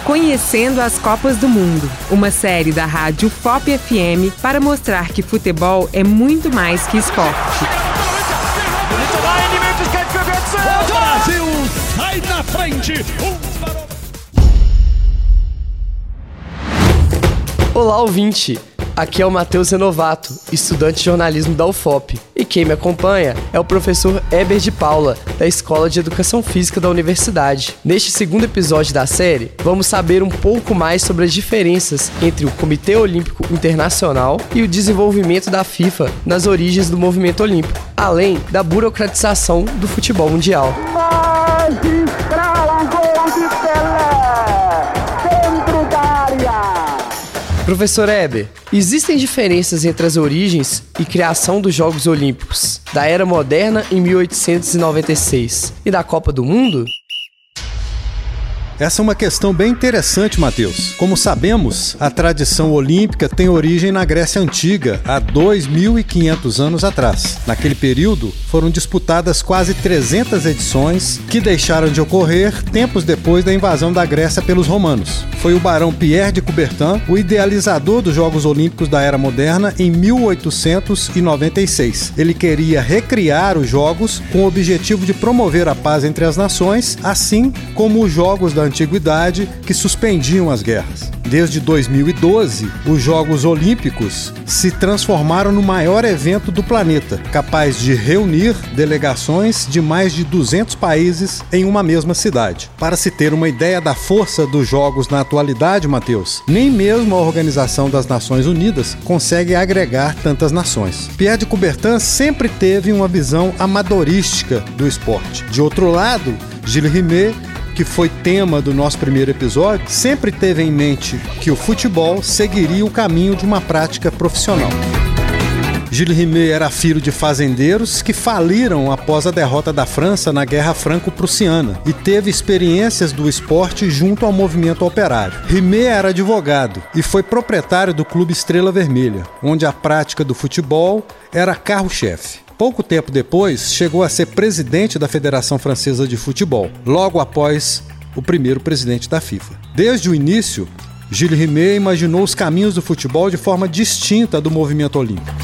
Conhecendo as Copas do Mundo, uma série da rádio FOP FM para mostrar que futebol é muito mais que esporte. O Brasil sai na frente! Olá, ouvinte! Aqui é o Matheus Renovato, estudante de jornalismo da UFOP. E quem me acompanha é o professor Heber de Paula, da Escola de Educação Física da Universidade. Neste segundo episódio da série, vamos saber um pouco mais sobre as diferenças entre o Comitê Olímpico Internacional e o desenvolvimento da FIFA nas origens do movimento olímpico, além da burocratização do futebol mundial. Magistral gol de Pelé, dentro da área. Professor Heber, existem diferenças entre as origens e criação dos Jogos Olímpicos da Era Moderna em 1896 e da Copa do Mundo? Essa é uma questão bem interessante, Matheus. Como sabemos, a tradição olímpica tem origem na Grécia Antiga, há 2.500 anos atrás. Naquele período, foram disputadas quase 300 edições que deixaram de ocorrer tempos depois da invasão da Grécia pelos romanos. Foi o barão Pierre de Coubertin o idealizador dos Jogos Olímpicos da Era Moderna em 1896. Ele queria recriar os Jogos com o objetivo de promover a paz entre as nações, assim como os Jogos da Antiguidade que suspendiam as guerras. Desde 2012, os Jogos Olímpicos se transformaram no maior evento do planeta, capaz de reunir delegações de mais de 200 países em uma mesma cidade. Para se ter uma ideia da força dos Jogos na atualidade, Matheus, nem mesmo a Organização das Nações Unidas consegue agregar tantas nações. Pierre de Coubertin sempre teve uma visão amadorística do esporte. De outro lado, Gilles Rimet, que foi tema do nosso primeiro episódio, sempre teve em mente que o futebol seguiria o caminho de uma prática profissional. Gilles Rimet era filho de fazendeiros que faliram após a derrota da França na Guerra Franco-Prussiana e teve experiências do esporte junto ao movimento operário. Rimet era advogado e foi proprietário do Clube Estrela Vermelha, onde a prática do futebol era carro-chefe. Pouco tempo depois, chegou a ser presidente da Federação Francesa de Futebol, logo após o primeiro presidente da FIFA. Desde o início, Gilles Rimet imaginou os caminhos do futebol de forma distinta do movimento olímpico.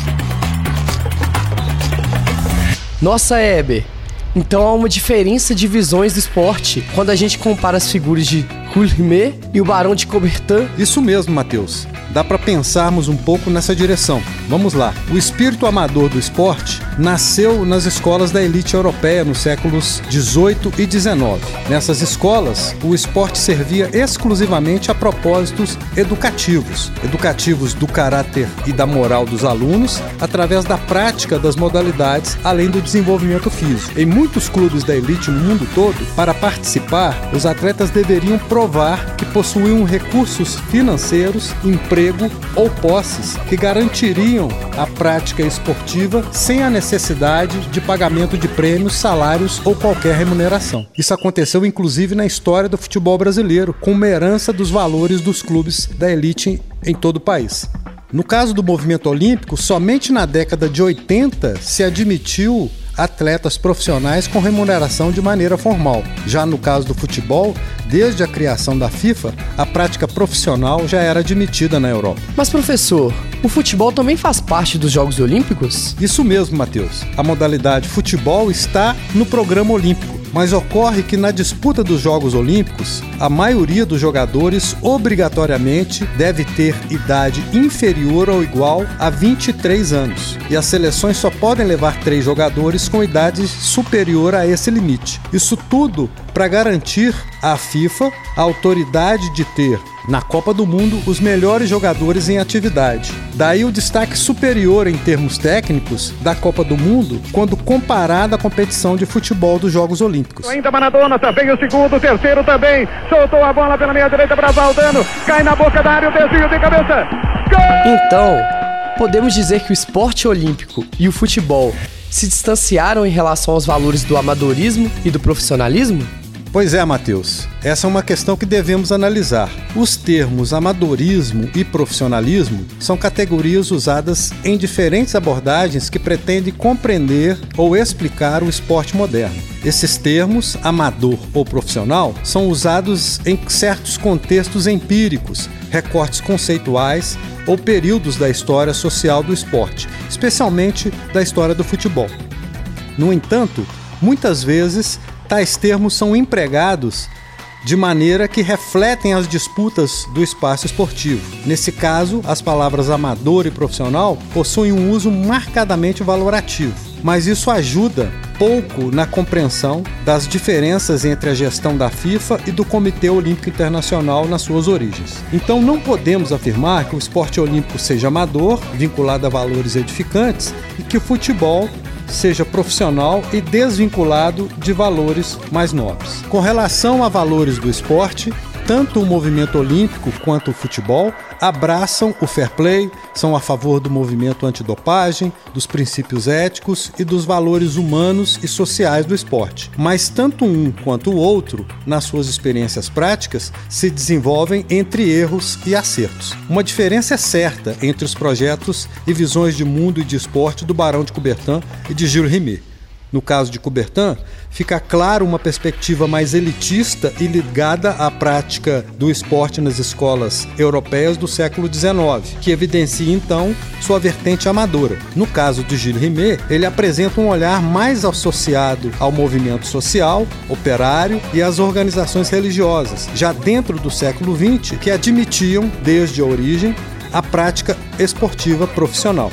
Nossa, Heber, então há uma diferença de visões do esporte quando a gente compara as figuras de Gilles Rimet e o barão de Coubertin? Isso mesmo, Matheus. Dá para pensarmos um pouco nessa direção. Vamos lá. O espírito amador do esporte nasceu nas escolas da elite europeia nos séculos XVIII e XIX. Nessas escolas, o esporte servia exclusivamente a propósitos educativos do caráter e da moral dos alunos, através da prática das modalidades, além do desenvolvimento físico. Em muitos clubes da elite no mundo todo, para participar, os atletas deveriam provar que possuíam recursos financeiros, emprego ou posses que garantiriam a prática esportiva sem a necessidade de pagamento de prêmios, salários ou qualquer remuneração. Isso aconteceu inclusive na história do futebol brasileiro, com uma herança dos valores dos clubes da elite em todo o país. No caso do movimento olímpico, somente na década de 80 se admitiu atletas profissionais com remuneração de maneira formal. Já no caso do futebol, desde a criação da FIFA, a prática profissional já era admitida na Europa. Mas, professor, o futebol também faz parte dos Jogos Olímpicos? Isso mesmo, Matheus. A modalidade futebol está no programa olímpico. Mas ocorre que na disputa dos Jogos Olímpicos, a maioria dos jogadores obrigatoriamente deve ter idade inferior ou igual a 23 anos. E as seleções só podem levar 3 jogadores com idade superior a esse limite. Isso tudo para garantir à FIFA a autoridade de ter, na Copa do Mundo, os melhores jogadores em atividade. Daí o destaque superior em termos técnicos da Copa do Mundo quando comparada à competição de futebol dos Jogos Olímpicos. Ainda Maradona, também o segundo, o terceiro também. Soltou a bola pela meia direita para Valdano. Cai na boca da área, o desvio de cabeça. Gol! Então, podemos dizer que o esporte olímpico e o futebol se distanciaram em relação aos valores do amadorismo e do profissionalismo? Pois é, Matheus. Essa é uma questão que devemos analisar. Os termos amadorismo e profissionalismo são categorias usadas em diferentes abordagens que pretendem compreender ou explicar o esporte moderno. Esses termos, amador ou profissional, são usados em certos contextos empíricos, recortes conceituais ou períodos da história social do esporte, especialmente da história do futebol. No entanto, muitas vezes, tais termos são empregados de maneira que refletem as disputas do espaço esportivo. Nesse caso, as palavras amador e profissional possuem um uso marcadamente valorativo, mas isso ajuda pouco na compreensão das diferenças entre a gestão da FIFA e do Comitê Olímpico Internacional nas suas origens. Então não podemos afirmar que o esporte olímpico seja amador, vinculado a valores edificantes, e que o futebol seja profissional e desvinculado de valores mais nobres. Com relação a valores do esporte, tanto o movimento olímpico quanto o futebol abraçam o fair play, são a favor do movimento antidopagem, dos princípios éticos e dos valores humanos e sociais do esporte. Mas tanto um quanto o outro, nas suas experiências práticas, se desenvolvem entre erros e acertos. Uma diferença é certa entre os projetos e visões de mundo e de esporte do Barão de Coubertin e de Gilles Rimet. No caso de Coubertin, fica claro uma perspectiva mais elitista e ligada à prática do esporte nas escolas europeias do século XIX, que evidencia então sua vertente amadora. No caso de Gilles Rimet, ele apresenta um olhar mais associado ao movimento social, operário e às organizações religiosas, já dentro do século XX, que admitiam, desde a origem, a prática esportiva profissional.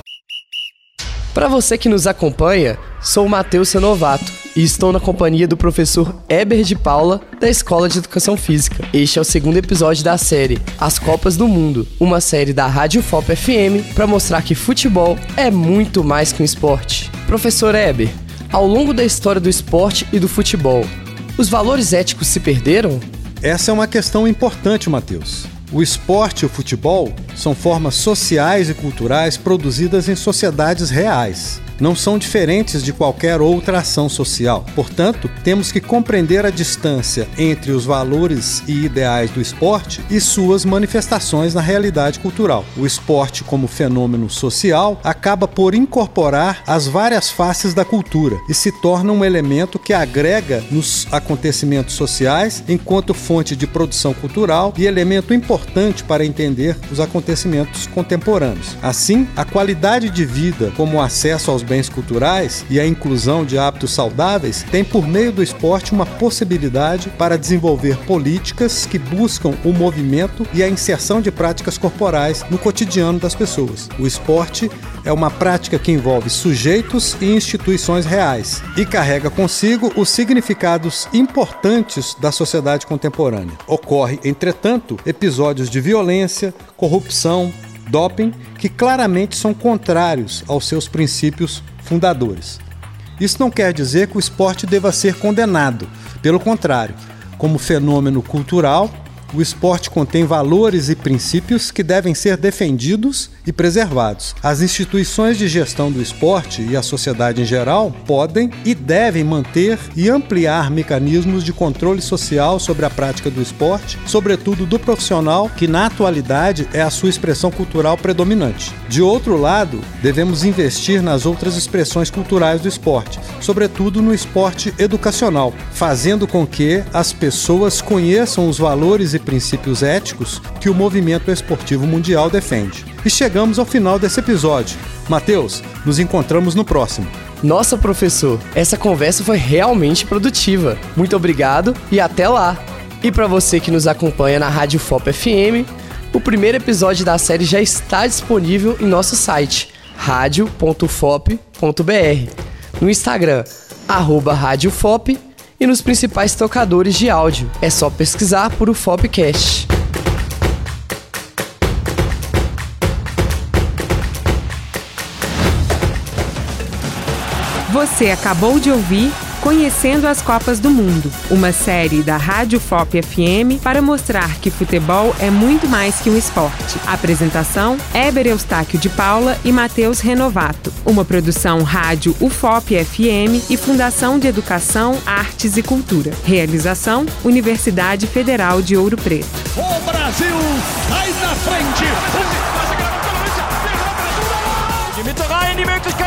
Para você que nos acompanha, sou o Matheus Senovato e estou na companhia do professor Eber de Paula, da Escola de Educação Física. Este é o segundo episódio da série As Copas do Mundo, uma série da Rádio FOP FM para mostrar que futebol é muito mais que um esporte. Professor Eber, ao longo da história do esporte e do futebol, os valores éticos se perderam? Essa é uma questão importante, Matheus. O esporte e o futebol são formas sociais e culturais produzidas em sociedades reais. Não são diferentes de qualquer outra ação social. Portanto, temos que compreender a distância entre os valores e ideais do esporte e suas manifestações na realidade cultural. O esporte, como fenômeno social, acaba por incorporar as várias faces da cultura e se torna um elemento que agrega nos acontecimentos sociais enquanto fonte de produção cultural e elemento importante para entender os acontecimentos contemporâneos. Assim, a qualidade de vida, como o acesso aos bens culturais e a inclusão de hábitos saudáveis, tem por meio do esporte uma possibilidade para desenvolver políticas que buscam o movimento e a inserção de práticas corporais no cotidiano das pessoas. O esporte é uma prática que envolve sujeitos e instituições reais e carrega consigo os significados importantes da sociedade contemporânea. Ocorre, entretanto, episódios de violência, corrupção, doping, que claramente são contrários aos seus princípios fundadores. Isso não quer dizer que o esporte deva ser condenado. Pelo contrário, como fenômeno cultural, o esporte contém valores e princípios que devem ser defendidos e preservados. As instituições de gestão do esporte e a sociedade em geral podem e devem manter e ampliar mecanismos de controle social sobre a prática do esporte, sobretudo do profissional, que na atualidade é a sua expressão cultural predominante. De outro lado, devemos investir nas outras expressões culturais do esporte, sobretudo no esporte educacional, fazendo com que as pessoas conheçam os valores e princípios éticos que o movimento esportivo mundial defende. E chegamos ao final desse episódio. Matheus, nos encontramos no próximo. Nossa, professor, essa conversa foi realmente produtiva. Muito obrigado e até lá! E para você que nos acompanha na Rádio FOP FM, o primeiro episódio da série já está disponível em nosso site, radio.fop.br, no Instagram, @radiofop, e nos principais tocadores de áudio. É só pesquisar por o Fopcast. Você acabou de ouvir Conhecendo as Copas do Mundo, uma série da Rádio FOP FM para mostrar que futebol é muito mais que um esporte. Apresentação: Éber Eustáquio de Paula e Matheus Renovato. Uma produção Rádio UFOP FM e Fundação de Educação, Artes e Cultura. Realização: Universidade Federal de Ouro Preto. O Brasil sai na frente. Die Mitte rein, die Möglichkeit.